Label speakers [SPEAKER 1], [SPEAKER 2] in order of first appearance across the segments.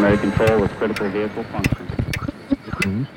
[SPEAKER 1] primary control with critical vehicle function.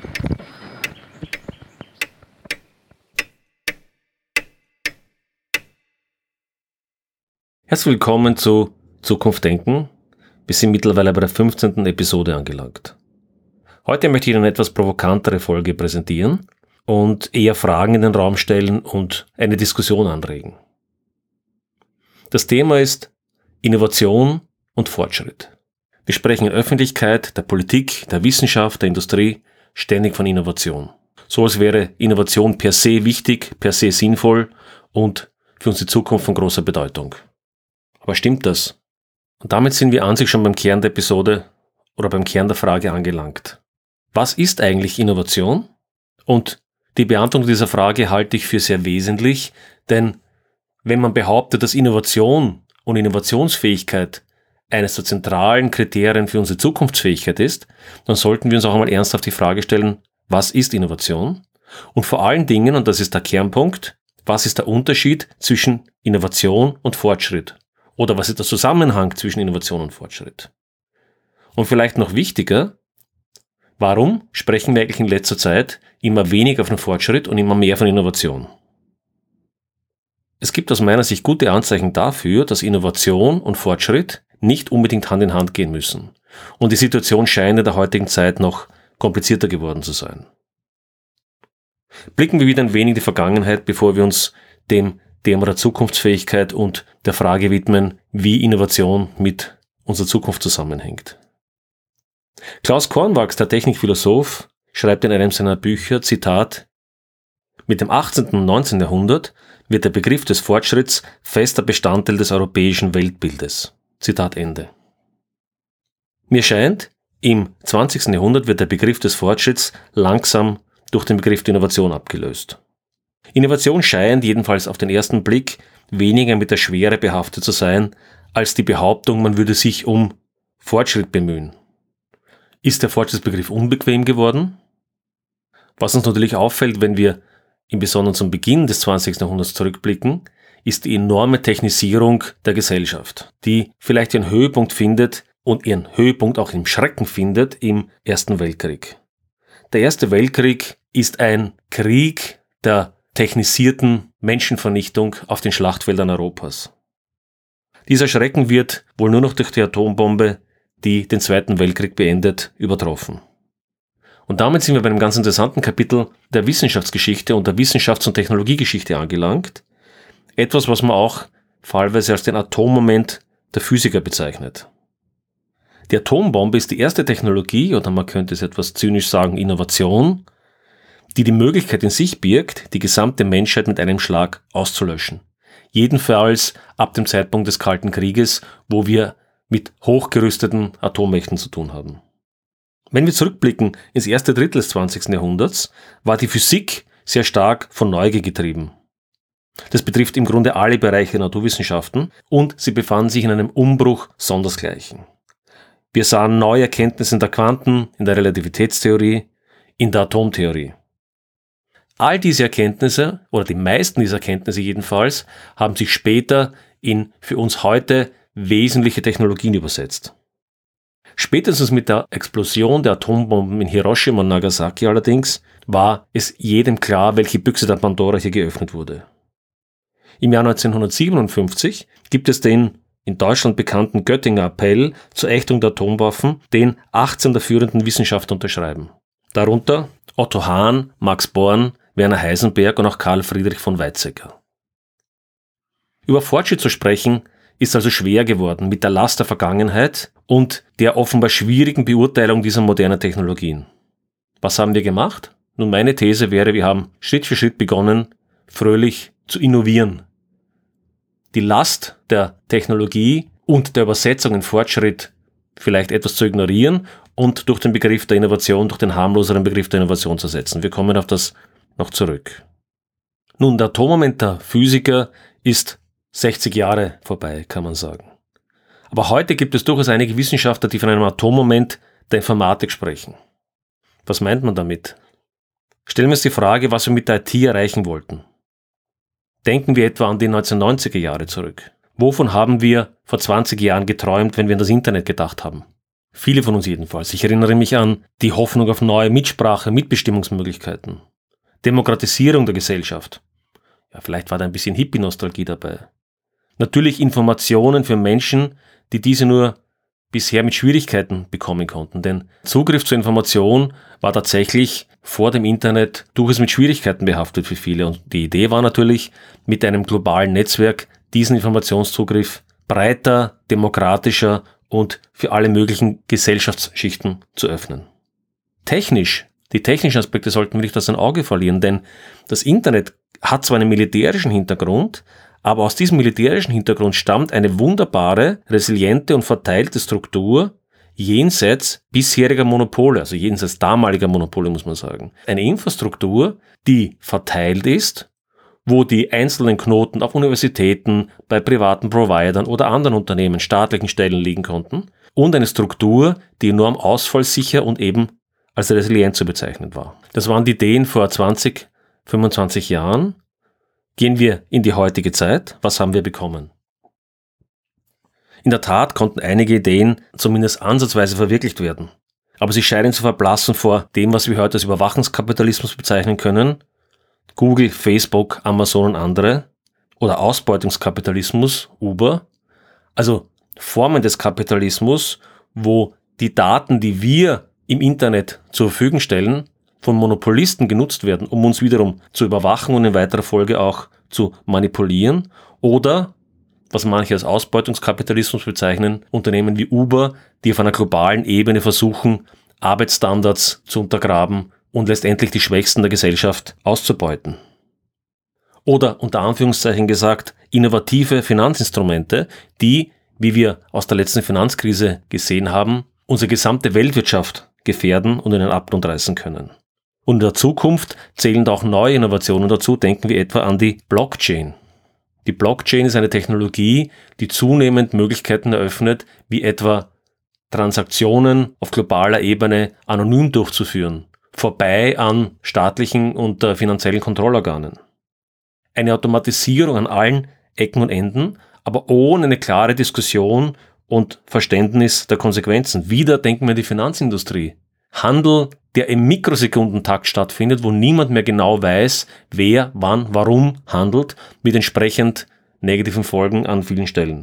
[SPEAKER 2] Herzlich willkommen zu Zukunft denken. Wir sind mittlerweile bei der 15. Episode angelangt. Heute möchte ich eine etwas provokantere Folge präsentieren und eher Fragen in den Raum stellen und eine Diskussion anregen. Das Thema ist Innovation und Fortschritt. Wir sprechen in der Öffentlichkeit, der Politik, der Wissenschaft, der Industrie ständig von Innovation. So als wäre Innovation per se wichtig, per se sinnvoll und für unsere Zukunft von großer Bedeutung. Aber stimmt das? Und damit sind wir an sich schon beim Kern der Episode oder beim Kern der Frage angelangt. Was ist eigentlich Innovation? Und die Beantwortung dieser Frage halte ich für sehr wesentlich, denn wenn man behauptet, dass Innovation und Innovationsfähigkeit eines der zentralen Kriterien für unsere Zukunftsfähigkeit ist, dann sollten wir uns auch einmal ernsthaft die Frage stellen, was ist Innovation? Und vor allen Dingen, und das ist der Kernpunkt, was ist der Unterschied zwischen Innovation und Fortschritt? Oder was ist der Zusammenhang zwischen Innovation und Fortschritt? Und vielleicht noch wichtiger, warum sprechen wir eigentlich in letzter Zeit immer weniger von Fortschritt und immer mehr von Innovation? Es gibt aus meiner Sicht gute Anzeichen dafür, dass Innovation und Fortschritt nicht unbedingt Hand in Hand gehen müssen. Und die Situation scheint in der heutigen Zeit noch komplizierter geworden zu sein. Blicken wir wieder ein wenig in die Vergangenheit, bevor wir uns dem Thema der Zukunftsfähigkeit und der Frage widmen, wie Innovation mit unserer Zukunft zusammenhängt. Klaus Kornwachs, der Technikphilosoph, schreibt in einem seiner Bücher, Zitat, mit dem 18. und 19. Jahrhundert wird der Begriff des Fortschritts fester Bestandteil des europäischen Weltbildes. Zitat Ende. Mir scheint, im 20. Jahrhundert wird der Begriff des Fortschritts langsam durch den Begriff der Innovation abgelöst. Innovation scheint jedenfalls auf den ersten Blick weniger mit der Schwere behaftet zu sein, als die Behauptung, man würde sich um Fortschritt bemühen. Ist der Fortschrittsbegriff unbequem geworden? Was uns natürlich auffällt, wenn wir im Besonderen zum Beginn des 20. Jahrhunderts zurückblicken, ist die enorme Technisierung der Gesellschaft, die vielleicht ihren Höhepunkt findet und ihren Höhepunkt auch im Schrecken findet im Ersten Weltkrieg. Der Erste Weltkrieg ist ein Krieg der technisierten Menschenvernichtung auf den Schlachtfeldern Europas. Dieser Schrecken wird wohl nur noch durch die Atombombe, die den Zweiten Weltkrieg beendet, übertroffen. Und damit sind wir bei einem ganz interessanten Kapitel der Wissenschaftsgeschichte und der Wissenschafts- und Technologiegeschichte angelangt. Etwas, was man auch fallweise als den Atommoment der Physiker bezeichnet. Die Atombombe ist die erste Technologie, oder man könnte es etwas zynisch sagen, Innovation, die die Möglichkeit in sich birgt, die gesamte Menschheit mit einem Schlag auszulöschen. Jedenfalls ab dem Zeitpunkt des Kalten Krieges, wo wir mit hochgerüsteten Atommächten zu tun haben. Wenn wir zurückblicken ins erste Drittel des 20. Jahrhunderts, war die Physik sehr stark von Neugier getrieben. Das betrifft im Grunde alle Bereiche der Naturwissenschaften und sie befanden sich in einem Umbruch sondersgleichen. Wir sahen neue Erkenntnisse in der Quanten-, in der Relativitätstheorie, in der Atomtheorie. All diese Erkenntnisse, oder die meisten dieser Erkenntnisse jedenfalls, haben sich später in für uns heute wesentliche Technologien übersetzt. Spätestens mit der Explosion der Atombomben in Hiroshima und Nagasaki allerdings war es jedem klar, welche Büchse der Pandora hier geöffnet wurde. Im Jahr 1957 gibt es den in Deutschland bekannten Göttinger Appell zur Ächtung der Atomwaffen, den 18 der führenden Wissenschaftler unterschreiben. Darunter Otto Hahn, Max Born, Werner Heisenberg und auch Carl Friedrich von Weizsäcker. Über Fortschritt zu sprechen, ist also schwer geworden mit der Last der Vergangenheit und der offenbar schwierigen Beurteilung dieser modernen Technologien. Was haben wir gemacht? Nun, meine These wäre, wir haben Schritt für Schritt begonnen, fröhlich zu innovieren. Die Last der Technologie und der Übersetzung in Fortschritt vielleicht etwas zu ignorieren und durch den Begriff der Innovation, durch den harmloseren Begriff der Innovation zu setzen. Wir kommen auf das noch zurück. Nun, der Atommoment der Physiker ist 60 Jahre vorbei, kann man sagen. Aber heute gibt es durchaus einige Wissenschaftler, die von einem Atommoment der Informatik sprechen. Was meint man damit? Stellen wir uns die Frage, was wir mit der IT erreichen wollten. Denken wir etwa an die 1990er Jahre zurück. Wovon haben wir vor 20 Jahren geträumt, wenn wir an das Internet gedacht haben? Viele von uns jedenfalls. Ich erinnere mich an die Hoffnung auf neue Mitsprache, Mitbestimmungsmöglichkeiten, Demokratisierung der Gesellschaft. Ja, vielleicht war da ein bisschen Hippie-Nostalgie dabei. Natürlich Informationen für Menschen, die diese nur bisher mit Schwierigkeiten bekommen konnten. Denn Zugriff zur Information war tatsächlich vor dem Internet durchaus mit Schwierigkeiten behaftet für viele. Und die Idee war natürlich, mit einem globalen Netzwerk diesen Informationszugriff breiter, demokratischer und für alle möglichen Gesellschaftsschichten zu öffnen. Die technischen Aspekte sollten wir nicht aus dem Auge verlieren, denn das Internet hat zwar einen militärischen Hintergrund, aber aus diesem militärischen Hintergrund stammt eine wunderbare, resiliente und verteilte Struktur jenseits bisheriger Monopole, also jenseits damaliger Monopole, muss man sagen. Eine Infrastruktur, die verteilt ist, wo die einzelnen Knoten auf Universitäten, bei privaten Providern oder anderen Unternehmen, staatlichen Stellen liegen konnten, und eine Struktur, die enorm ausfallsicher und eben als resilient zu bezeichnen war. Das waren die Ideen vor 20, 25 Jahren. Gehen wir in die heutige Zeit. Was haben wir bekommen? In der Tat konnten einige Ideen zumindest ansatzweise verwirklicht werden. Aber sie scheinen zu verblassen vor dem, was wir heute als Überwachungskapitalismus bezeichnen können. Google, Facebook, Amazon und andere. Oder Ausbeutungskapitalismus, Uber. Also Formen des Kapitalismus, wo die Daten, die wir im Internet zur Verfügung stellen, von Monopolisten genutzt werden, um uns wiederum zu überwachen und in weiterer Folge auch zu manipulieren. Oder, was manche als Ausbeutungskapitalismus bezeichnen, Unternehmen wie Uber, die auf einer globalen Ebene versuchen, Arbeitsstandards zu untergraben und letztendlich die Schwächsten der Gesellschaft auszubeuten. Oder, unter Anführungszeichen gesagt, innovative Finanzinstrumente, die, wie wir aus der letzten Finanzkrise gesehen haben, unsere gesamte Weltwirtschaft gefährden und in den Abgrund reißen können. Und in der Zukunft zählen auch neue Innovationen dazu, denken wir etwa an die Blockchain. Die Blockchain ist eine Technologie, die zunehmend Möglichkeiten eröffnet, wie etwa Transaktionen auf globaler Ebene anonym durchzuführen, vorbei an staatlichen und finanziellen Kontrollorganen. Eine Automatisierung an allen Ecken und Enden, aber ohne eine klare Diskussion und Verständnis der Konsequenzen. Wieder denken wir an die Finanzindustrie. Handel, der im Mikrosekundentakt stattfindet, wo niemand mehr genau weiß, wer, wann, warum handelt, mit entsprechend negativen Folgen an vielen Stellen.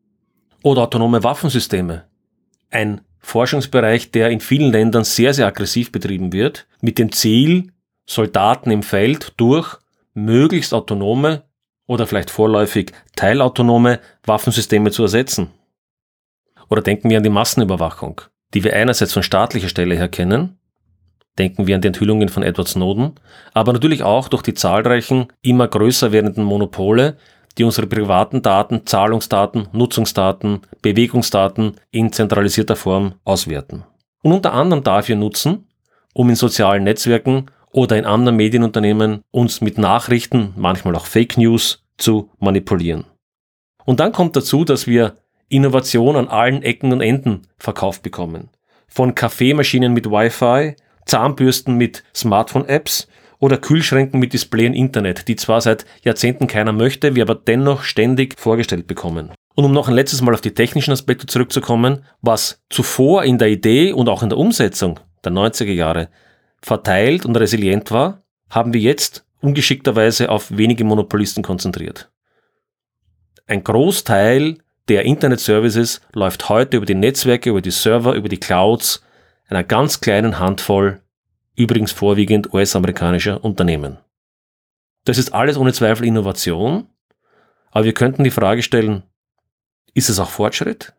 [SPEAKER 2] Oder autonome Waffensysteme. Ein Forschungsbereich, der in vielen Ländern sehr, sehr aggressiv betrieben wird, mit dem Ziel, Soldaten im Feld durch möglichst autonome oder vielleicht vorläufig teilautonome Waffensysteme zu ersetzen. Oder denken wir an die Massenüberwachung, die wir einerseits von staatlicher Stelle her kennen, denken wir an die Enthüllungen von Edward Snowden, aber natürlich auch durch die zahlreichen, immer größer werdenden Monopole, die unsere privaten Daten, Zahlungsdaten, Nutzungsdaten, Bewegungsdaten in zentralisierter Form auswerten. Und unter anderem dafür nutzen, um in sozialen Netzwerken oder in anderen Medienunternehmen uns mit Nachrichten, manchmal auch Fake News, zu manipulieren. Und dann kommt dazu, dass wir Innovation an allen Ecken und Enden verkauft bekommen. Von Kaffeemaschinen mit Wi-Fi, Zahnbürsten mit Smartphone-Apps oder Kühlschränken mit Display und Internet, die zwar seit Jahrzehnten keiner möchte, wir aber dennoch ständig vorgestellt bekommen. Und um noch ein letztes Mal auf die technischen Aspekte zurückzukommen, was zuvor in der Idee und auch in der Umsetzung der 90er Jahre verteilt und resilient war, haben wir jetzt ungeschickterweise auf wenige Monopolisten konzentriert. Ein Großteil der Internet-Services läuft heute über die Netzwerke, über die Server, über die Clouds einer ganz kleinen Handvoll, übrigens vorwiegend US-amerikanischer Unternehmen. Das ist alles ohne Zweifel Innovation, aber wir könnten die Frage stellen, ist es auch Fortschritt?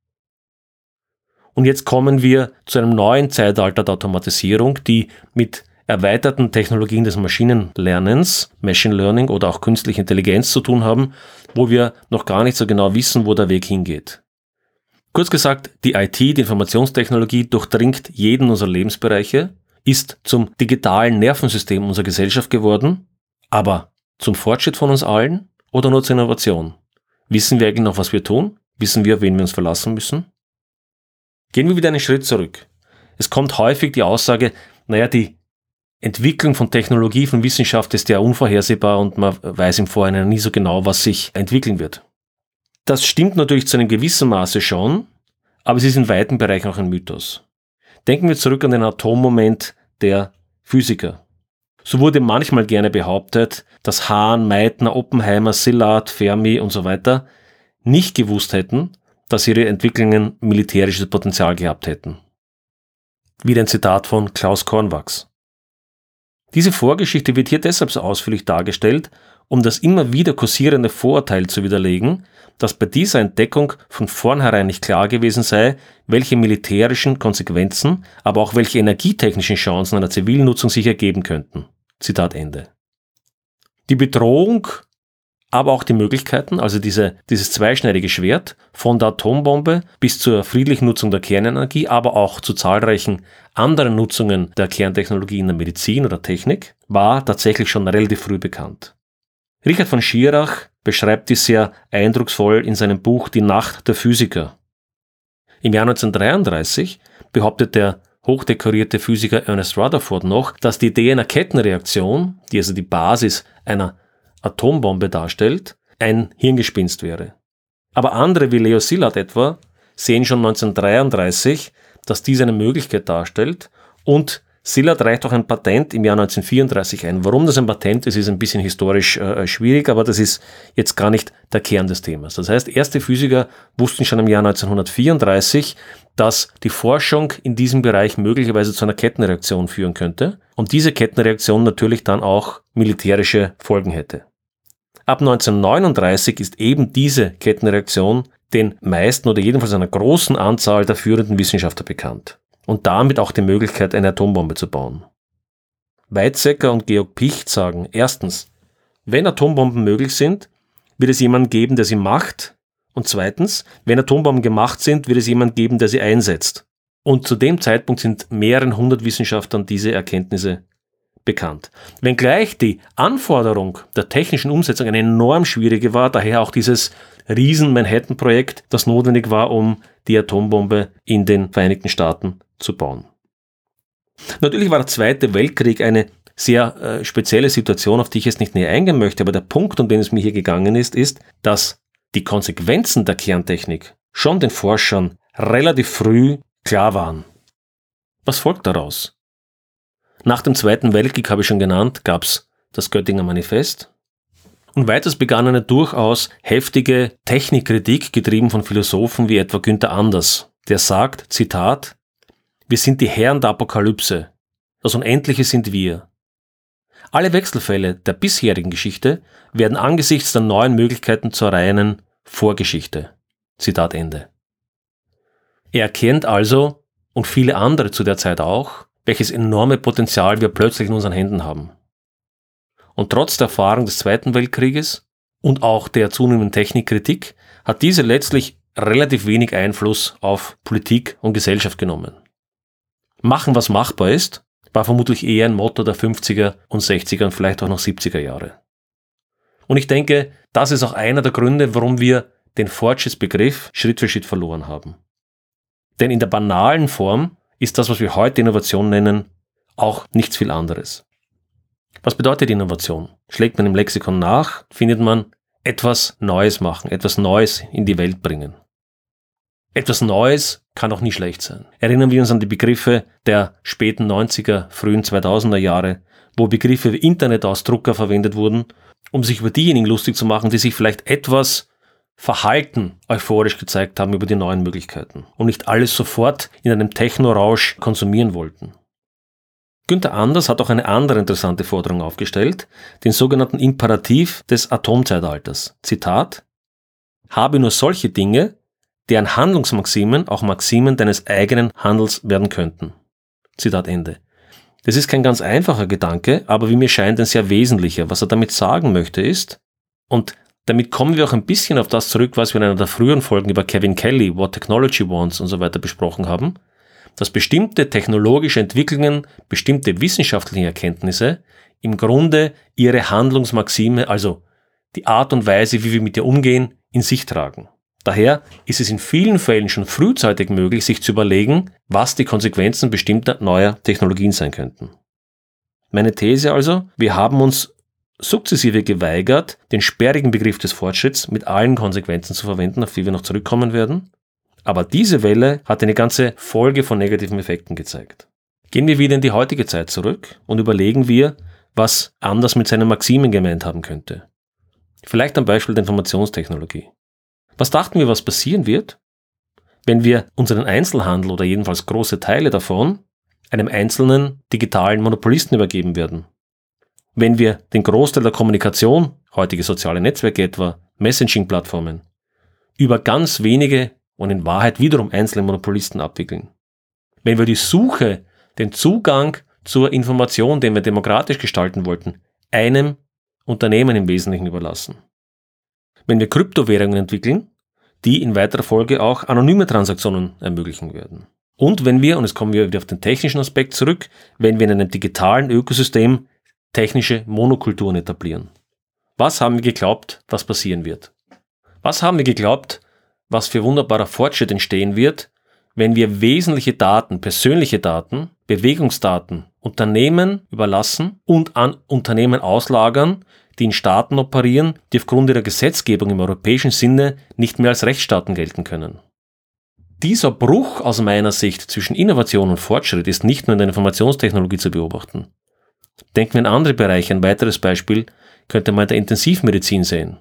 [SPEAKER 2] Und jetzt kommen wir zu einem neuen Zeitalter der Automatisierung, die mit erweiterten Technologien des Maschinenlernens, Machine Learning oder auch künstliche Intelligenz zu tun haben, wo wir noch gar nicht so genau wissen, wo der Weg hingeht. Kurz gesagt, die IT, die Informationstechnologie, durchdringt jeden unserer Lebensbereiche, ist zum digitalen Nervensystem unserer Gesellschaft geworden, aber zum Fortschritt von uns allen oder nur zur Innovation? Wissen wir eigentlich noch, was wir tun? Wissen wir, auf wen wir uns verlassen müssen? Gehen wir wieder einen Schritt zurück. Es kommt häufig die Aussage, die Entwicklung von Technologie, von Wissenschaft ist ja unvorhersehbar und man weiß im Vorhinein nie so genau, was sich entwickeln wird. Das stimmt natürlich zu einem gewissen Maße schon, aber sie ist in weiten Bereichen auch ein Mythos. Denken wir zurück an den Atommoment der Physiker. So wurde manchmal gerne behauptet, dass Hahn, Meitner, Oppenheimer, Szilard, Fermi und so weiter nicht gewusst hätten, dass ihre Entwicklungen militärisches Potenzial gehabt hätten. Wieder ein Zitat von Klaus Cornwachs. Diese Vorgeschichte wird hier deshalb so ausführlich dargestellt, um das immer wieder kursierende Vorurteil zu widerlegen, dass bei dieser Entdeckung von vornherein nicht klar gewesen sei, welche militärischen Konsequenzen, aber auch welche energietechnischen Chancen einer zivilen Nutzung sich ergeben könnten. Zitat Ende. Die Bedrohung, aber auch die Möglichkeiten, also dieses zweischneidige Schwert von der Atombombe bis zur friedlichen Nutzung der Kernenergie, aber auch zu zahlreichen anderen Nutzungen der Kerntechnologie in der Medizin oder Technik, war tatsächlich schon relativ früh bekannt. Richard von Schirach beschreibt dies sehr eindrucksvoll in seinem Buch Die Nacht der Physiker. Im Jahr 1933 behauptet der hochdekorierte Physiker Ernest Rutherford noch, dass die Idee einer Kettenreaktion, die also die Basis einer Atombombe darstellt, ein Hirngespinst wäre. Aber andere wie Leo Szilard etwa sehen schon 1933, dass dies eine Möglichkeit darstellt, und Szilard reicht auch ein Patent im Jahr 1934 ein. Warum das ein Patent ist ein bisschen historisch schwierig, aber das ist jetzt gar nicht der Kern des Themas. Das heißt, erste Physiker wussten schon im Jahr 1934, dass die Forschung in diesem Bereich möglicherweise zu einer Kettenreaktion führen könnte und diese Kettenreaktion natürlich dann auch militärische Folgen hätte. Ab 1939 ist eben diese Kettenreaktion den meisten oder jedenfalls einer großen Anzahl der führenden Wissenschaftler bekannt. Und damit auch die Möglichkeit, eine Atombombe zu bauen. Weizsäcker und Georg Picht sagen, erstens, wenn Atombomben möglich sind, wird es jemanden geben, der sie macht. Und zweitens, wenn Atombomben gemacht sind, wird es jemanden geben, der sie einsetzt. Und zu dem Zeitpunkt sind mehreren 100 Wissenschaftlern diese Erkenntnisse bekannt. Wenngleich die Anforderung der technischen Umsetzung eine enorm schwierige war, daher auch dieses Riesen-Manhattan-Projekt, das notwendig war, um die Atombombe in den Vereinigten Staaten zu bauen. Natürlich war der Zweite Weltkrieg eine sehr spezielle Situation, auf die ich jetzt nicht näher eingehen möchte, aber der Punkt, um den es mir hier gegangen ist, dass die Konsequenzen der Kerntechnik schon den Forschern relativ früh klar waren. Was folgt daraus? Nach dem Zweiten Weltkrieg, habe ich schon genannt, gab es das Göttinger Manifest. Und weiters begann eine durchaus heftige Technikkritik, getrieben von Philosophen wie etwa Günther Anders, der sagt, Zitat, wir sind die Herren der Apokalypse. Das Unendliche sind wir. Alle Wechselfälle der bisherigen Geschichte werden angesichts der neuen Möglichkeiten zur reinen Vorgeschichte. Zitat Ende. Er erkennt also, und viele andere zu der Zeit auch, welches enorme Potenzial wir plötzlich in unseren Händen haben. Und trotz der Erfahrung des Zweiten Weltkrieges und auch der zunehmenden Technikkritik hat diese letztlich relativ wenig Einfluss auf Politik und Gesellschaft genommen. Machen, was machbar ist, war vermutlich eher ein Motto der 50er und 60er und vielleicht auch noch 70er Jahre. Und ich denke, das ist auch einer der Gründe, warum wir den Fortschrittsbegriff Schritt für Schritt verloren haben. Denn in der banalen Form ist das, was wir heute Innovation nennen, auch nichts viel anderes. Was bedeutet Innovation? Schlägt man im Lexikon nach, findet man etwas Neues machen, etwas Neues in die Welt bringen. Etwas Neues kann auch nie schlecht sein. Erinnern wir uns an die Begriffe der späten 90er, frühen 2000er Jahre, wo Begriffe wie Internetausdrucker verwendet wurden, um sich über diejenigen lustig zu machen, die sich vielleicht etwas verhalten euphorisch gezeigt haben über die neuen Möglichkeiten und nicht alles sofort in einem Technorausch konsumieren wollten. Günther Anders hat auch eine andere interessante Forderung aufgestellt, den sogenannten Imperativ des Atomzeitalters. Zitat: Habe nur solche Dinge, deren Handlungsmaximen auch Maximen deines eigenen Handels werden könnten. Zitat Ende. Das ist kein ganz einfacher Gedanke, aber wie mir scheint ein sehr wesentlicher. Was er damit sagen möchte ist, und damit kommen wir auch ein bisschen auf das zurück, was wir in einer der früheren Folgen über Kevin Kelly, What Technology Wants und so weiter besprochen haben, dass bestimmte technologische Entwicklungen, bestimmte wissenschaftliche Erkenntnisse im Grunde ihre Handlungsmaxime, also die Art und Weise, wie wir mit ihr umgehen, in sich tragen. Daher ist es in vielen Fällen schon frühzeitig möglich, sich zu überlegen, was die Konsequenzen bestimmter neuer Technologien sein könnten. Meine These also, wir haben uns sukzessive geweigert, den sperrigen Begriff des Fortschritts mit allen Konsequenzen zu verwenden, auf die wir noch zurückkommen werden. Aber diese Welle hat eine ganze Folge von negativen Effekten gezeigt. Gehen wir wieder in die heutige Zeit zurück und überlegen wir, was anders mit seinen Maximen gemeint haben könnte. Vielleicht am Beispiel der Informationstechnologie. Was dachten wir, was passieren wird, wenn wir unseren Einzelhandel oder jedenfalls große Teile davon einem einzelnen digitalen Monopolisten übergeben werden? Wenn wir den Großteil der Kommunikation, heutige soziale Netzwerke etwa, Messaging-Plattformen, über ganz wenige und in Wahrheit wiederum einzelne Monopolisten abwickeln? Wenn wir die Suche, den Zugang zur Information, den wir demokratisch gestalten wollten, einem Unternehmen im Wesentlichen überlassen? Wenn wir Kryptowährungen entwickeln, die in weiterer Folge auch anonyme Transaktionen ermöglichen werden? Und wenn wir, und jetzt kommen wir wieder auf den technischen Aspekt zurück, wenn wir in einem digitalen Ökosystem technische Monokulturen etablieren? Was haben wir geglaubt, was passieren wird? Was haben wir geglaubt, was für wunderbarer Fortschritt entstehen wird, wenn wir wesentliche Daten, persönliche Daten, Bewegungsdaten Unternehmen überlassen und an Unternehmen auslagern, die in Staaten operieren, die aufgrund ihrer Gesetzgebung im europäischen Sinne nicht mehr als Rechtsstaaten gelten können? Dieser Bruch aus meiner Sicht zwischen Innovation und Fortschritt ist nicht nur in der Informationstechnologie zu beobachten. Denken wir an andere Bereiche. Ein weiteres Beispiel könnte man in der Intensivmedizin sehen.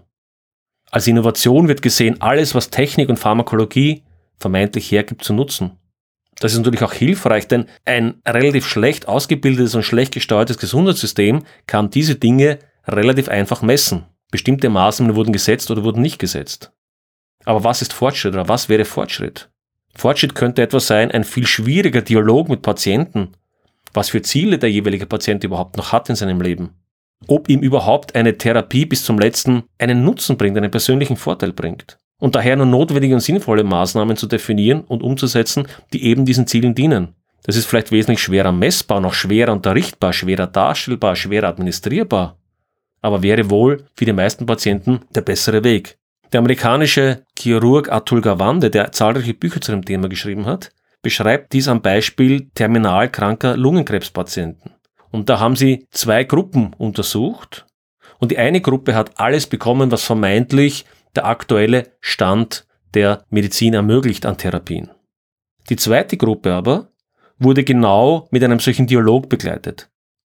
[SPEAKER 2] Als Innovation wird gesehen, alles, was Technik und Pharmakologie vermeintlich hergibt, zu nutzen. Das ist natürlich auch hilfreich, denn ein relativ schlecht ausgebildetes und schlecht gesteuertes Gesundheitssystem kann diese Dinge relativ einfach messen. Bestimmte Maßnahmen wurden gesetzt oder wurden nicht gesetzt. Aber was ist Fortschritt oder was wäre Fortschritt? Fortschritt könnte etwas sein, ein viel schwieriger Dialog mit Patienten, was für Ziele der jeweilige Patient überhaupt noch hat in seinem Leben. Ob ihm überhaupt eine Therapie bis zum letzten einen Nutzen bringt, einen persönlichen Vorteil bringt. Und daher nur notwendige und sinnvolle Maßnahmen zu definieren und umzusetzen, die eben diesen Zielen dienen. Das ist vielleicht wesentlich schwerer messbar, noch schwerer unterrichtbar, schwerer darstellbar, schwerer administrierbar, aber wäre wohl für die meisten Patienten der bessere Weg. Der amerikanische Chirurg Atul Gawande, der zahlreiche Bücher zu dem Thema geschrieben hat, beschreibt dies am Beispiel terminal kranker Lungenkrebspatienten. Und da haben sie 2 Gruppen untersucht und die eine Gruppe hat alles bekommen, was vermeintlich der aktuelle Stand der Medizin ermöglicht an Therapien. Die zweite Gruppe aber wurde genau mit einem solchen Dialog begleitet.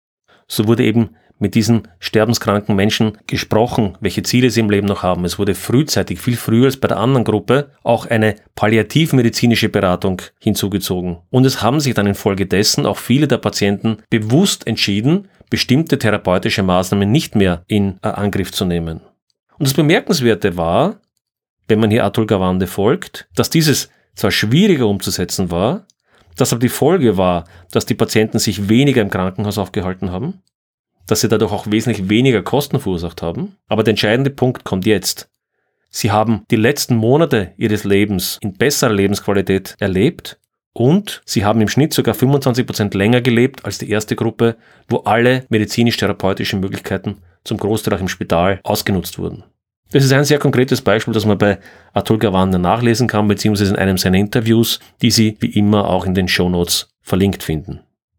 [SPEAKER 2] So wurde eben mit diesen sterbenskranken Menschen gesprochen, welche Ziele sie im Leben noch haben. Es wurde frühzeitig, viel früher als bei der anderen Gruppe, auch eine palliativmedizinische Beratung hinzugezogen. Und es haben sich dann infolgedessen auch viele der Patienten bewusst entschieden, bestimmte therapeutische Maßnahmen nicht mehr in Angriff zu nehmen. Und das Bemerkenswerte war, wenn man hier Atul Gawande folgt, dass dieses zwar schwieriger umzusetzen war, dass aber die Folge war, dass die Patienten sich weniger im Krankenhaus aufgehalten haben, dass sie dadurch auch wesentlich weniger Kosten verursacht haben. Aber der entscheidende Punkt kommt jetzt. Sie haben die letzten Monate ihres Lebens in besserer Lebensqualität erlebt und sie haben im Schnitt sogar 25% länger gelebt als die erste Gruppe, wo alle medizinisch-therapeutischen Möglichkeiten zum Großteil auch im Spital ausgenutzt wurden. Das ist ein sehr konkretes Beispiel, das man bei Atul Gawande nachlesen kann, beziehungsweise in einem seiner Interviews, die Sie wie immer auch in den Shownotes verlinkt finden.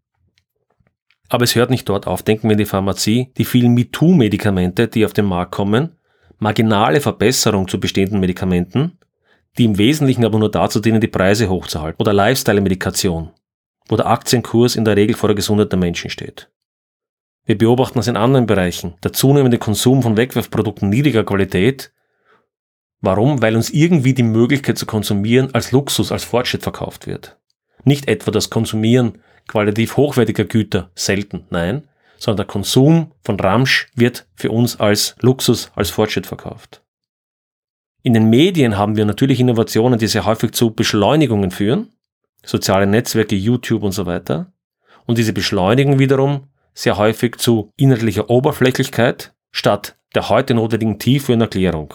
[SPEAKER 2] Aber es hört nicht dort auf. Denken wir in die Pharmazie, die vielen MeToo-Medikamente, die auf den Markt kommen, marginale Verbesserung zu bestehenden Medikamenten, die im Wesentlichen aber nur dazu dienen, die Preise hochzuhalten. Oder Lifestyle-Medikation, wo der Aktienkurs in der Regel vor der Gesundheit der Menschen steht. Wir beobachten das in anderen Bereichen. Der zunehmende Konsum von Wegwerfprodukten niedriger Qualität. Warum? Weil uns irgendwie die Möglichkeit zu konsumieren als Luxus, als Fortschritt verkauft wird. Nicht etwa das Konsumieren qualitativ hochwertiger Güter, selten, nein, sondern der Konsum von Ramsch wird für uns als Luxus, als Fortschritt verkauft. In den Medien haben wir natürlich Innovationen, die sehr häufig zu Beschleunigungen führen, soziale Netzwerke, YouTube und so weiter, und diese beschleunigen wiederum sehr häufig zu inhaltlicher Oberflächlichkeit statt der heute notwendigen Tiefe und Erklärung.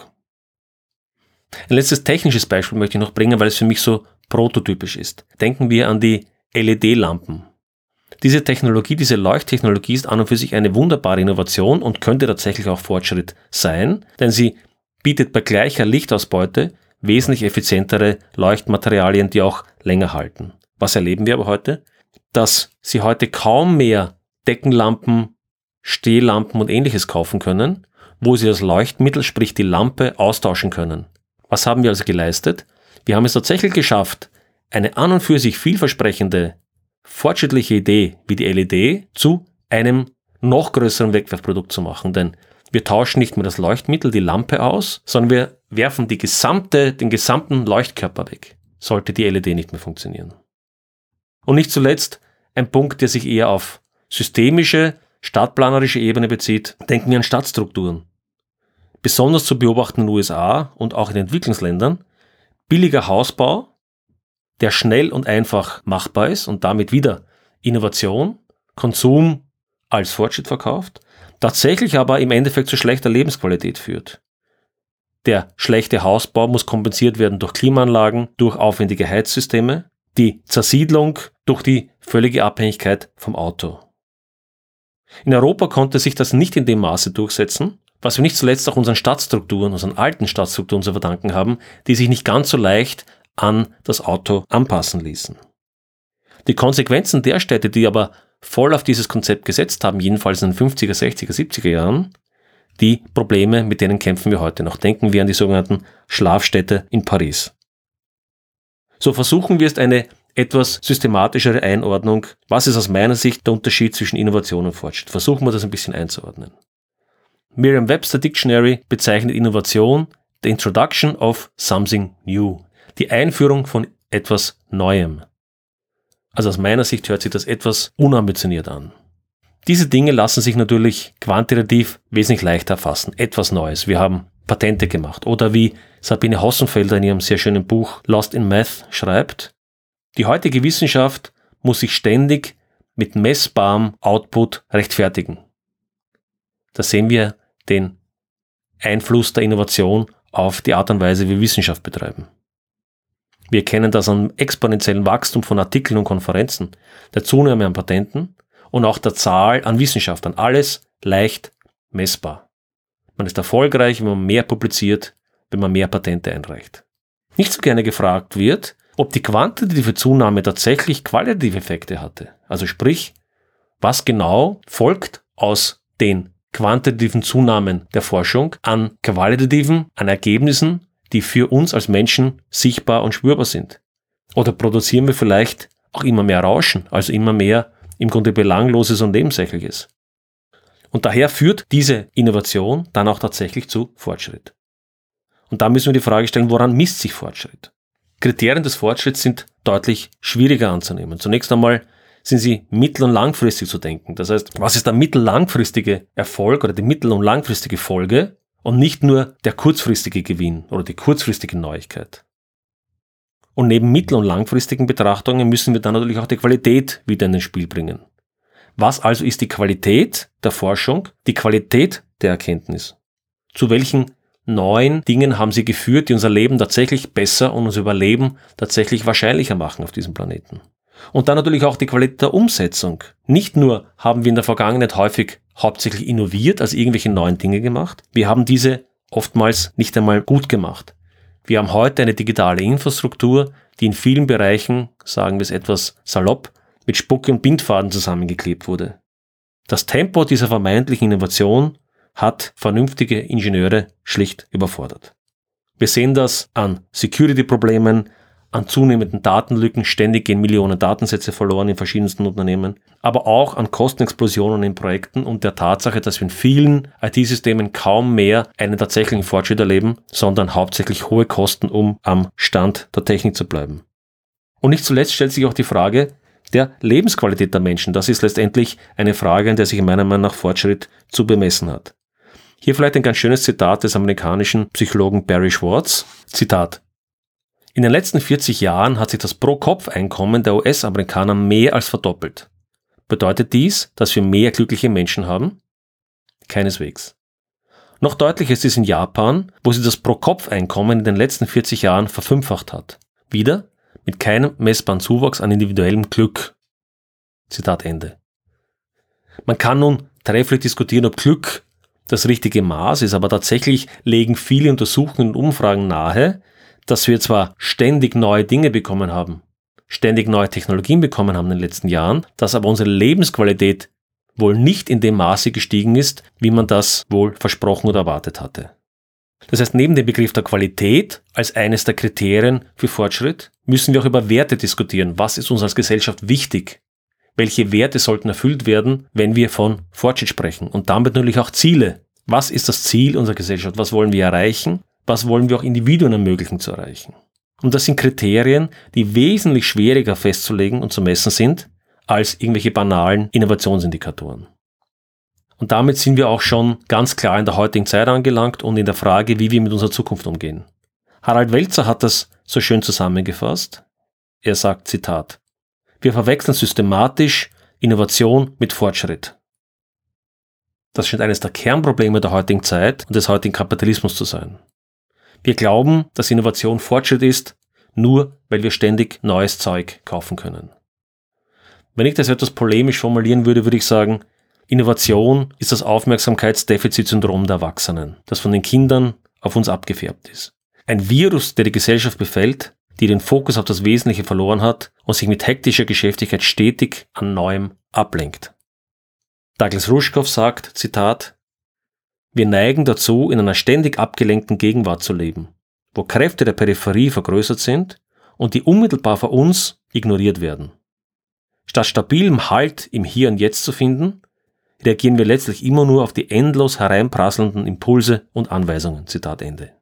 [SPEAKER 2] Ein letztes technisches Beispiel möchte ich noch bringen, weil es für mich so prototypisch ist. Denken wir an die LED-Lampen. Diese Technologie, diese Leuchttechnologie ist an und für sich eine wunderbare Innovation und könnte tatsächlich auch Fortschritt sein, denn sie bietet bei gleicher Lichtausbeute wesentlich effizientere Leuchtmaterialien, die auch länger halten. Was erleben wir aber heute? Dass Sie heute kaum mehr Deckenlampen, Stehlampen und ähnliches kaufen können, wo Sie das Leuchtmittel, sprich die Lampe, austauschen können. Was haben wir also geleistet? Wir haben es tatsächlich geschafft, eine an und für sich vielversprechende, fortschrittliche Idee wie die LED zu einem noch größeren Wegwerfprodukt zu machen. Denn wir tauschen nicht mehr das Leuchtmittel, die Lampe aus, sondern wir werfen den gesamten Leuchtkörper weg, sollte die LED nicht mehr funktionieren. Und nicht zuletzt ein Punkt, der sich eher auf systemische, stadtplanerische Ebene bezieht. Denken wir an Stadtstrukturen. Besonders zu beobachten in den USA und auch in den Entwicklungsländern. Billiger Hausbau, der schnell und einfach machbar ist und damit wieder Innovation, Konsum als Fortschritt verkauft, tatsächlich aber im Endeffekt zu schlechter Lebensqualität führt. Der schlechte Hausbau muss kompensiert werden durch Klimaanlagen, durch aufwendige Heizsysteme, die Zersiedlung durch die völlige Abhängigkeit vom Auto. In Europa konnte sich das nicht in dem Maße durchsetzen, was wir nicht zuletzt auch unseren Stadtstrukturen, unseren alten Stadtstrukturen zu verdanken haben, die sich nicht ganz so leicht an das Auto anpassen ließen. Die Konsequenzen der Städte, die aber voll auf dieses Konzept gesetzt haben, jedenfalls in den 50er, 60er, 70er Jahren, die Probleme, mit denen kämpfen wir heute noch. Denken wir an die sogenannten Schlafstädte in Paris. So versuchen wir es eine etwas systematischere Einordnung. Was ist aus meiner Sicht der Unterschied zwischen Innovation und Fortschritt? Versuchen wir das ein bisschen einzuordnen. Merriam-Webster Dictionary bezeichnet Innovation the introduction of something new. Die Einführung von etwas Neuem. Also aus meiner Sicht hört sich das etwas unambitioniert an. Diese Dinge lassen sich natürlich quantitativ wesentlich leichter erfassen. Etwas Neues. Wir haben Patente gemacht. Oder wie Sabine Hossenfelder in ihrem sehr schönen Buch Lost in Math schreibt, die heutige Wissenschaft muss sich ständig mit messbarem Output rechtfertigen. Da sehen wir den Einfluss der Innovation auf die Art und Weise, wie wir Wissenschaft betreiben. Wir kennen das am exponentiellen Wachstum von Artikeln und Konferenzen, der Zunahme an Patenten und auch der Zahl an Wissenschaftlern. Alles leicht messbar. Man ist erfolgreich, wenn man mehr publiziert, wenn man mehr Patente einreicht. Nicht so gerne gefragt wird, ob die quantitative Zunahme tatsächlich qualitative Effekte hatte. Also sprich, was genau folgt aus den quantitativen Zunahmen der Forschung an qualitativen, an Ergebnissen, die für uns als Menschen sichtbar und spürbar sind. Oder produzieren wir vielleicht auch immer mehr Rauschen, also immer mehr im Grunde Belangloses und Nebensächliches. Und daher führt diese Innovation dann auch tatsächlich zu Fortschritt. Und da müssen wir die Frage stellen, woran misst sich Fortschritt? Kriterien des Fortschritts sind deutlich schwieriger anzunehmen. Zunächst einmal sind sie mittel- und langfristig zu denken. Das heißt, was ist der mittellangfristige Erfolg oder die mittel- und langfristige Folge und nicht nur der kurzfristige Gewinn oder die kurzfristige Neuigkeit? Und neben mittel- und langfristigen Betrachtungen müssen wir dann natürlich auch die Qualität wieder in den Spiel bringen. Was also ist die Qualität der Forschung, die Qualität der Erkenntnis? Zu welchen neuen Dingen haben sie geführt, die unser Leben tatsächlich besser und unser Überleben tatsächlich wahrscheinlicher machen auf diesem Planeten? Und dann natürlich auch die Qualität der Umsetzung. Nicht nur haben wir in der Vergangenheit häufig hauptsächlich innoviert, also irgendwelche neuen Dinge gemacht. Wir haben diese oftmals nicht einmal gut gemacht. Wir haben heute eine digitale Infrastruktur, die in vielen Bereichen, sagen wir es etwas salopp, mit Spucke und Bindfaden zusammengeklebt wurde. Das Tempo dieser vermeintlichen Innovation hat vernünftige Ingenieure schlicht überfordert. Wir sehen das an Security-Problemen, an zunehmenden Datenlücken, ständig gehen Millionen Datensätze verloren in verschiedensten Unternehmen, aber auch an Kostenexplosionen in Projekten und der Tatsache, dass wir in vielen IT-Systemen kaum mehr einen tatsächlichen Fortschritt erleben, sondern hauptsächlich hohe Kosten, um am Stand der Technik zu bleiben. Und nicht zuletzt stellt sich auch die Frage der Lebensqualität der Menschen. Das ist letztendlich eine Frage, in der sich meiner Meinung nach Fortschritt zu bemessen hat. Hier vielleicht ein ganz schönes Zitat des amerikanischen Psychologen Barry Schwartz. Zitat: In den letzten 40 Jahren hat sich das Pro-Kopf-Einkommen der US-Amerikaner mehr als verdoppelt. Bedeutet dies, dass wir mehr glückliche Menschen haben? Keineswegs. Noch deutlicher ist es in Japan, wo sich das Pro-Kopf-Einkommen in den letzten 40 Jahren verfünffacht hat. Wieder mit keinem messbaren Zuwachs an individuellem Glück. Zitat Ende. Man kann nun trefflich diskutieren, ob Glück das richtige Maß ist, aber tatsächlich legen viele Untersuchungen und Umfragen nahe, dass wir zwar ständig neue Dinge bekommen haben, ständig neue Technologien bekommen haben in den letzten Jahren, dass aber unsere Lebensqualität wohl nicht in dem Maße gestiegen ist, wie man das wohl versprochen oder erwartet hatte. Das heißt, neben dem Begriff der Qualität als eines der Kriterien für Fortschritt müssen wir auch über Werte diskutieren. Was ist uns als Gesellschaft wichtig? Welche Werte sollten erfüllt werden, wenn wir von Fortschritt sprechen? Und damit natürlich auch Ziele. Was ist das Ziel unserer Gesellschaft? Was wollen wir erreichen? Was wollen wir auch Individuen ermöglichen zu erreichen? Und das sind Kriterien, die wesentlich schwieriger festzulegen und zu messen sind, als irgendwelche banalen Innovationsindikatoren. Und damit sind wir auch schon ganz klar in der heutigen Zeit angelangt und in der Frage, wie wir mit unserer Zukunft umgehen. Harald Welzer hat das so schön zusammengefasst. Er sagt, Zitat, wir verwechseln systematisch Innovation mit Fortschritt. Das scheint eines der Kernprobleme der heutigen Zeit und des heutigen Kapitalismus zu sein. Wir glauben, dass Innovation Fortschritt ist, nur weil wir ständig neues Zeug kaufen können. Wenn ich das etwas polemisch formulieren würde, würde ich sagen, Innovation ist das Aufmerksamkeitsdefizitsyndrom der Erwachsenen, das von den Kindern auf uns abgefärbt ist. Ein Virus, der die Gesellschaft befällt, die den Fokus auf das Wesentliche verloren hat und sich mit hektischer Geschäftigkeit stetig an Neuem ablenkt. Douglas Rushkoff sagt, Zitat, wir neigen dazu, in einer ständig abgelenkten Gegenwart zu leben, wo Kräfte der Peripherie vergrößert sind und die unmittelbar vor uns ignoriert werden. Statt stabilem Halt im Hier und Jetzt zu finden, reagieren wir letztlich immer nur auf die endlos hereinprasselnden Impulse und Anweisungen. Zitat Ende.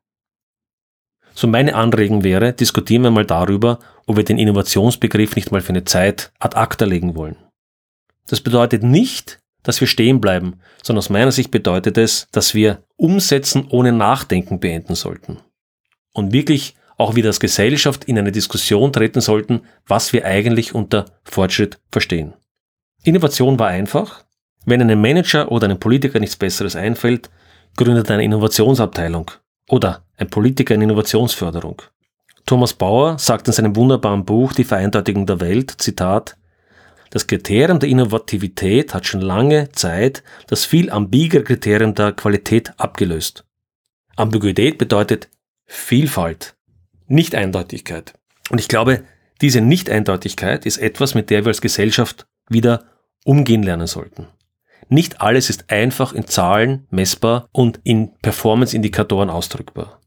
[SPEAKER 2] So meine Anregung wäre, diskutieren wir mal darüber, ob wir den Innovationsbegriff nicht mal für eine Zeit ad acta legen wollen. Das bedeutet nicht, dass wir stehen bleiben, sondern aus meiner Sicht bedeutet es, dass wir Umsetzen ohne Nachdenken beenden sollten. Und wirklich auch wieder als Gesellschaft in eine Diskussion treten sollten, was wir eigentlich unter Fortschritt verstehen. Innovation war einfach. Wenn einem Manager oder einem Politiker nichts Besseres einfällt, gründet eine Innovationsabteilung oder ein Politiker eine Innovationsförderung. Thomas Bauer sagt in seinem wunderbaren Buch Die Vereindeutigung der Welt, Zitat, das Kriterium der Innovativität hat schon lange Zeit das viel ambigere Kriterium der Qualität abgelöst. Ambiguität bedeutet Vielfalt, Nicht-Eindeutigkeit. Und ich glaube, diese Nicht-Eindeutigkeit ist etwas, mit der wir als Gesellschaft wieder umgehen lernen sollten. Nicht alles ist einfach in Zahlen messbar und in Performance-Indikatoren ausdrückbar.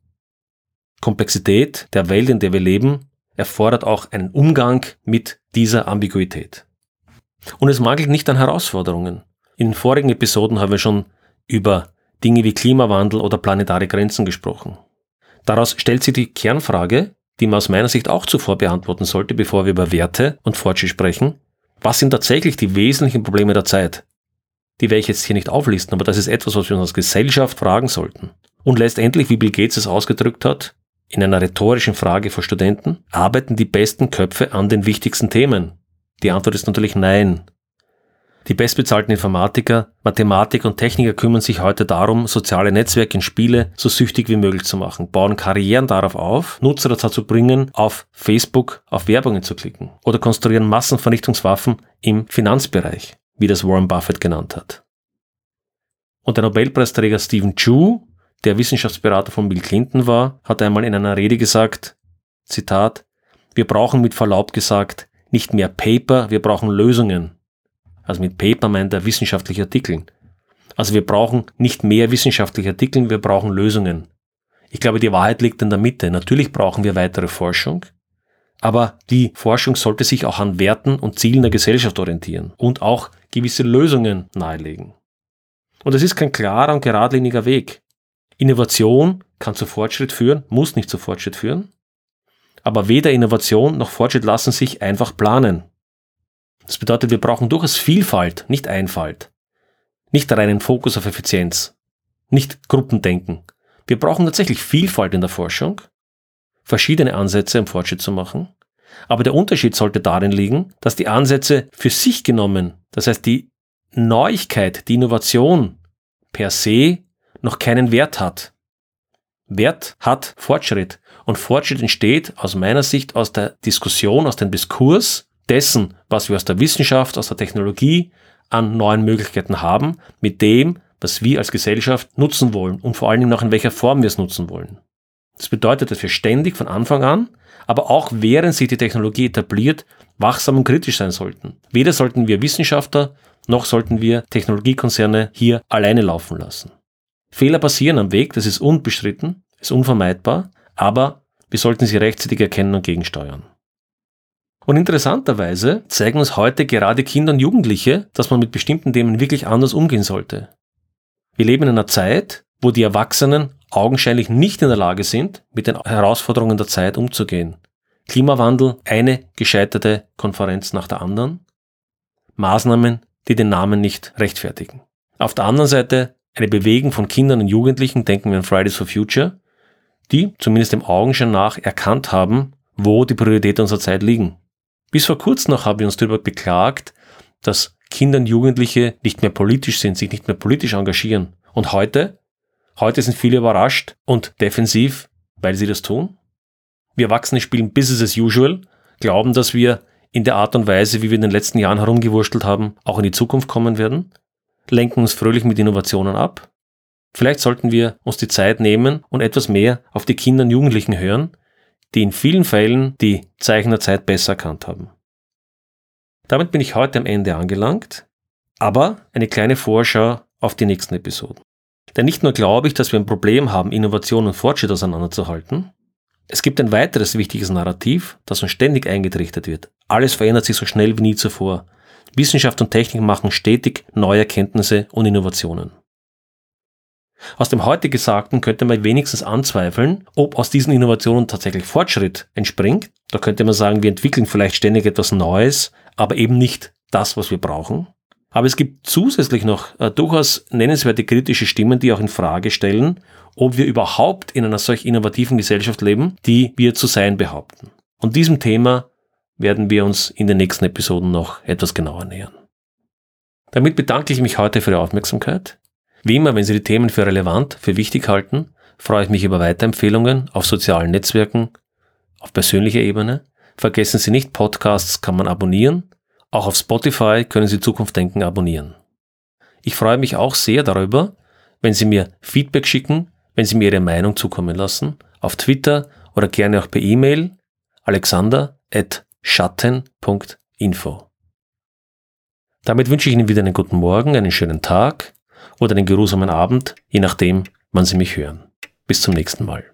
[SPEAKER 2] Komplexität der Welt, in der wir leben, erfordert auch einen Umgang mit dieser Ambiguität. Und es mangelt nicht an Herausforderungen. In den vorigen Episoden haben wir schon über Dinge wie Klimawandel oder planetare Grenzen gesprochen. Daraus stellt sich die Kernfrage, die man aus meiner Sicht auch zuvor beantworten sollte, bevor wir über Werte und Fortschritt sprechen. Was sind tatsächlich die wesentlichen Probleme der Zeit? Die werde ich jetzt hier nicht auflisten, aber das ist etwas, was wir uns als Gesellschaft fragen sollten. Und letztendlich, wie Bill Gates es ausgedrückt hat, in einer rhetorischen Frage vor Studenten, arbeiten die besten Köpfe an den wichtigsten Themen? Die Antwort ist natürlich nein. Die bestbezahlten Informatiker, Mathematiker und Techniker kümmern sich heute darum, soziale Netzwerke und Spiele so süchtig wie möglich zu machen, bauen Karrieren darauf auf, Nutzer dazu bringen, auf Facebook auf Werbungen zu klicken oder konstruieren Massenvernichtungswaffen im Finanzbereich, wie das Warren Buffett genannt hat. Und der Nobelpreisträger Stephen Chu, der Wissenschaftsberater von Bill Clinton war, hat einmal in einer Rede gesagt, Zitat, wir brauchen mit Verlaub gesagt nicht mehr Paper, wir brauchen Lösungen. Also mit Paper meint er wissenschaftliche Artikel. Also wir brauchen nicht mehr wissenschaftliche Artikel, wir brauchen Lösungen. Ich glaube, die Wahrheit liegt in der Mitte. Natürlich brauchen wir weitere Forschung, aber die Forschung sollte sich auch an Werten und Zielen der Gesellschaft orientieren und auch gewisse Lösungen nahelegen. Und es ist kein klarer und geradliniger Weg. Innovation kann zu Fortschritt führen, muss nicht zu Fortschritt führen, aber weder Innovation noch Fortschritt lassen sich einfach planen. Das bedeutet, wir brauchen durchaus Vielfalt, nicht Einfalt. Nicht reinen Fokus auf Effizienz. Nicht Gruppendenken. Wir brauchen tatsächlich Vielfalt in der Forschung, verschiedene Ansätze, um Fortschritt zu machen. Aber der Unterschied sollte darin liegen, dass die Ansätze für sich genommen, das heißt die Neuigkeit, die Innovation per se noch keinen Wert hat. Wert hat Fortschritt. Und Fortschritt entsteht aus meiner Sicht aus der Diskussion, aus dem Diskurs dessen, was wir aus der Wissenschaft, aus der Technologie an neuen Möglichkeiten haben, mit dem, was wir als Gesellschaft nutzen wollen und vor allen Dingen auch in welcher Form wir es nutzen wollen. Das bedeutet, dass wir ständig von Anfang an, aber auch während sich die Technologie etabliert, wachsam und kritisch sein sollten. Weder sollten wir Wissenschaftler, noch sollten wir Technologiekonzerne hier alleine laufen lassen. Fehler passieren am Weg, das ist unbestritten, ist unvermeidbar, aber wir sollten sie rechtzeitig erkennen und gegensteuern. Und interessanterweise zeigen uns heute gerade Kinder und Jugendliche, dass man mit bestimmten Themen wirklich anders umgehen sollte. Wir leben in einer Zeit, wo die Erwachsenen augenscheinlich nicht in der Lage sind, mit den Herausforderungen der Zeit umzugehen. Klimawandel, eine gescheiterte Konferenz nach der anderen. Maßnahmen, die den Namen nicht rechtfertigen. Auf der anderen Seite eine Bewegung von Kindern und Jugendlichen, denken wir an Fridays for Future, die zumindest dem Augenschein nach erkannt haben, wo die Prioritäten unserer Zeit liegen. Bis vor kurzem noch haben wir uns darüber beklagt, dass Kinder und Jugendliche nicht mehr politisch sind, sich nicht mehr politisch engagieren. Und heute sind viele überrascht und defensiv, weil sie das tun. Wir Erwachsene spielen Business as usual, glauben, dass wir in der Art und Weise, wie wir in den letzten Jahren herumgewurschtelt haben, auch in die Zukunft kommen werden, lenken uns fröhlich mit Innovationen ab. Vielleicht sollten wir uns die Zeit nehmen und etwas mehr auf die Kinder und Jugendlichen hören, die in vielen Fällen die Zeichen der Zeit besser erkannt haben. Damit bin ich heute am Ende angelangt, aber eine kleine Vorschau auf die nächsten Episoden. Denn nicht nur glaube ich, dass wir ein Problem haben, Innovation und Fortschritt auseinanderzuhalten, es gibt ein weiteres wichtiges Narrativ, das uns ständig eingetrichtert wird. Alles verändert sich so schnell wie nie zuvor. Wissenschaft und Technik machen stetig neue Erkenntnisse und Innovationen. Aus dem heute Gesagten könnte man wenigstens anzweifeln, ob aus diesen Innovationen tatsächlich Fortschritt entspringt. Da könnte man sagen, wir entwickeln vielleicht ständig etwas Neues, aber eben nicht das, was wir brauchen. Aber es gibt zusätzlich noch durchaus nennenswerte kritische Stimmen, die auch in Frage stellen, ob wir überhaupt in einer solch innovativen Gesellschaft leben, die wir zu sein behaupten. Und diesem Thema werden wir uns in den nächsten Episoden noch etwas genauer nähern. Damit bedanke ich mich heute für Ihre Aufmerksamkeit. Wie immer, wenn Sie die Themen für relevant, für wichtig halten, freue ich mich über Weiterempfehlungen auf sozialen Netzwerken, auf persönlicher Ebene. Vergessen Sie nicht, Podcasts kann man abonnieren. Auch auf Spotify können Sie Zukunft denken abonnieren. Ich freue mich auch sehr darüber, wenn Sie mir Feedback schicken, wenn Sie mir Ihre Meinung zukommen lassen, auf Twitter oder gerne auch per E-Mail alexander@schatten.info. Damit wünsche ich Ihnen wieder einen guten Morgen, einen schönen Tag oder einen geruhsamen Abend, je nachdem, wann Sie mich hören. Bis zum nächsten Mal.